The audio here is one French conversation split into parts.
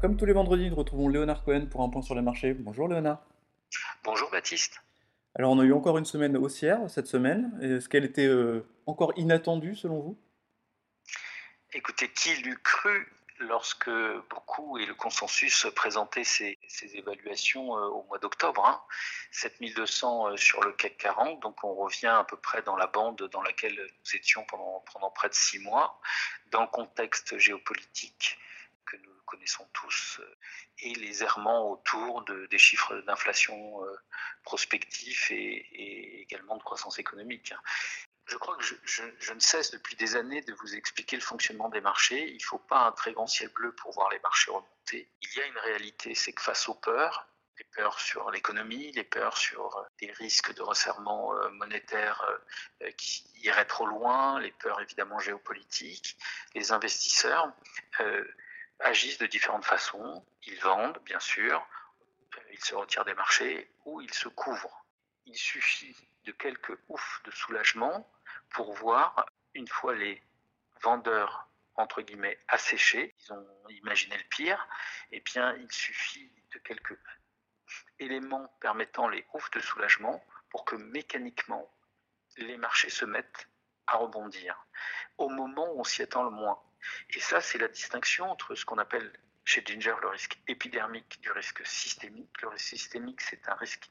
Comme tous les vendredis, nous retrouvons Léonard Cohen pour un point sur les marchés. Bonjour Léonard. Bonjour Baptiste. Alors on a eu encore une semaine haussière cette semaine. Est-ce qu'elle était encore inattendue selon vous? Écoutez, qui l'eût cru lorsque beaucoup et le consensus présentaient ces évaluations au mois d'octobre, 7200 sur le CAC 40, donc on revient à peu près dans la bande dans laquelle nous étions pendant près de 6 mois, dans le contexte géopolitique que nous connaissons tous et les errements autour des chiffres d'inflation prospectifs et également de croissance économique. Je crois que je ne cesse depuis des années de vous expliquer le fonctionnement des marchés. Il ne faut pas un très grand ciel bleu pour voir les marchés remonter. Il y a une réalité, c'est que face aux peurs, les peurs sur l'économie, les peurs sur des risques de resserrement monétaire qui iraient trop loin, les peurs évidemment géopolitiques, les investisseurs agissent de différentes façons. Ils vendent, bien sûr, ils se retirent des marchés ou ils se couvrent. Il suffit de quelques oufs de soulagement pour voir, une fois les vendeurs entre guillemets asséchés, ils ont imaginé le pire, eh bien il suffit de quelques éléments permettant les oufs de soulagement pour que mécaniquement les marchés se mettent à rebondir au moment où on s'y attend le moins. Et ça, c'est la distinction entre ce qu'on appelle chez Ginger le risque épidermique du risque systémique. Le risque systémique, c'est un risque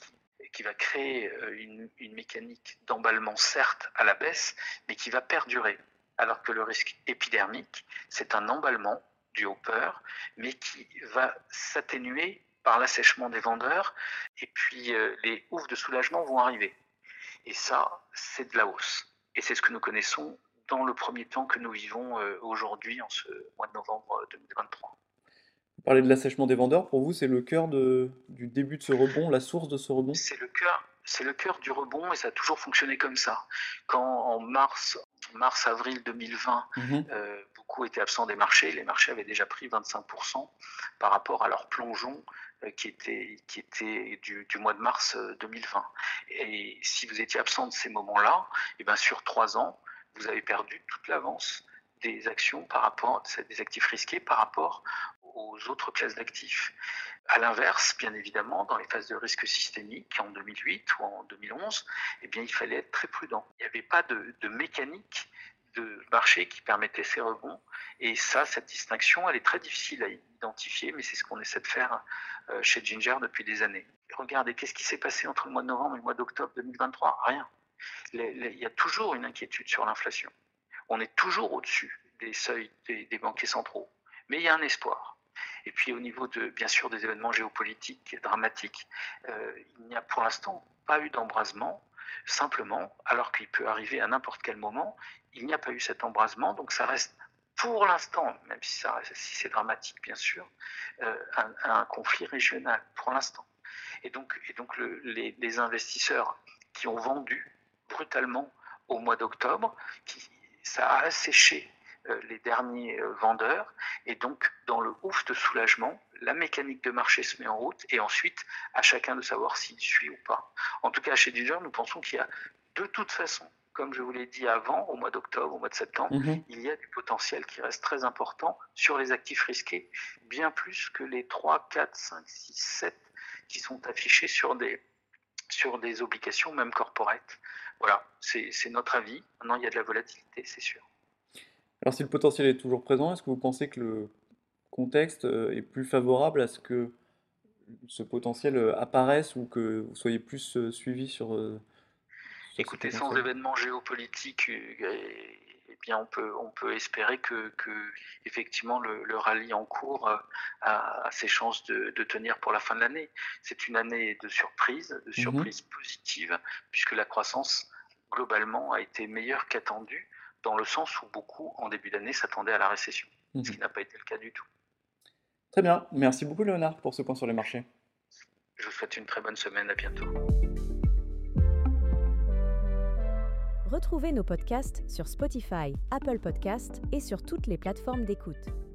qui va créer une mécanique d'emballement, certes, à la baisse, mais qui va perdurer. Alors que le risque épidermique, c'est un emballement dû aux peurs, mais qui va s'atténuer par l'assèchement des vendeurs, et puis les oufs de soulagement vont arriver. Et ça, c'est de la hausse. Et c'est ce que nous connaissons dans le premier temps que nous vivons aujourd'hui, en ce mois de novembre 2023. Vous parlez de l'assèchement des vendeurs. Pour vous, c'est le cœur du début de ce rebond, la source de ce rebond? C'est le cœur du rebond et ça a toujours fonctionné comme ça. Quand en mars-avril 2020, Mhm. beaucoup étaient absents des marchés, les marchés avaient déjà pris 25% par rapport à leur plongeon qui était du mois de mars 2020. Et si vous étiez absent de ces moments-là, et bien sur 3 ans, vous avez perdu toute l'avance des actions par rapport, des actifs risqués par rapport aux autres classes d'actifs. À l'inverse, bien évidemment, dans les phases de risque systémique en 2008 ou en 2011, eh bien, il fallait être très prudent. Il n'y avait pas de mécanique de marché qui permettait ces rebonds. Et ça, cette distinction, elle est très difficile à identifier, mais c'est ce qu'on essaie de faire chez Ginger depuis des années. Et regardez, qu'est-ce qui s'est passé entre le mois de novembre et le mois d'octobre 2023? Rien. Il y a toujours une inquiétude sur l'inflation. On est toujours au-dessus des seuils des banquiers centraux. Mais il y a un espoir. Et puis au niveau bien sûr des événements géopolitiques dramatiques, il n'y a pour l'instant pas eu d'embrasement. Simplement, alors qu'il peut arriver à n'importe quel moment, il n'y a pas eu cet embrasement. Donc ça reste pour l'instant, même si c'est dramatique bien sûr, un conflit régional pour l'instant. Et donc les investisseurs qui ont vendu brutalement au mois d'octobre, ça a asséché les derniers vendeurs, et donc dans le ouf de soulagement, la mécanique de marché se met en route, et ensuite à chacun de savoir s'il suit ou pas. En tout cas, chez Ginger, nous pensons qu'il y a de toute façon, comme je vous l'ai dit avant, au mois d'octobre, au mois de septembre, Mhm. il y a du potentiel qui reste très important sur les actifs risqués, bien plus que les 3, 4, 5, 6, 7 qui sont affichés sur des obligations, même corporate. Voilà, c'est notre avis. Maintenant, il y a de la volatilité, c'est sûr. Alors si le potentiel est toujours présent, est-ce que vous pensez que le contexte est plus favorable à ce que ce potentiel apparaisse ou que vous soyez plus suivi sur ce Écoutez, sans potentiel? événements géopolitiques, eh bien, on peut espérer que effectivement le rallye en cours a ses chances de tenir pour la fin de l'année. C'est une année de Mhm. surprise positive, puisque la croissance globalement a été meilleure qu'attendue, dans le sens où beaucoup en début d'année s'attendaient à la récession, ce Mhm. qui n'a pas été le cas du tout. Très bien, merci beaucoup Léonard pour ce point sur les marchés. Je vous souhaite une très bonne semaine, à bientôt. Retrouvez nos podcasts sur Spotify, Apple Podcasts et sur toutes les plateformes d'écoute.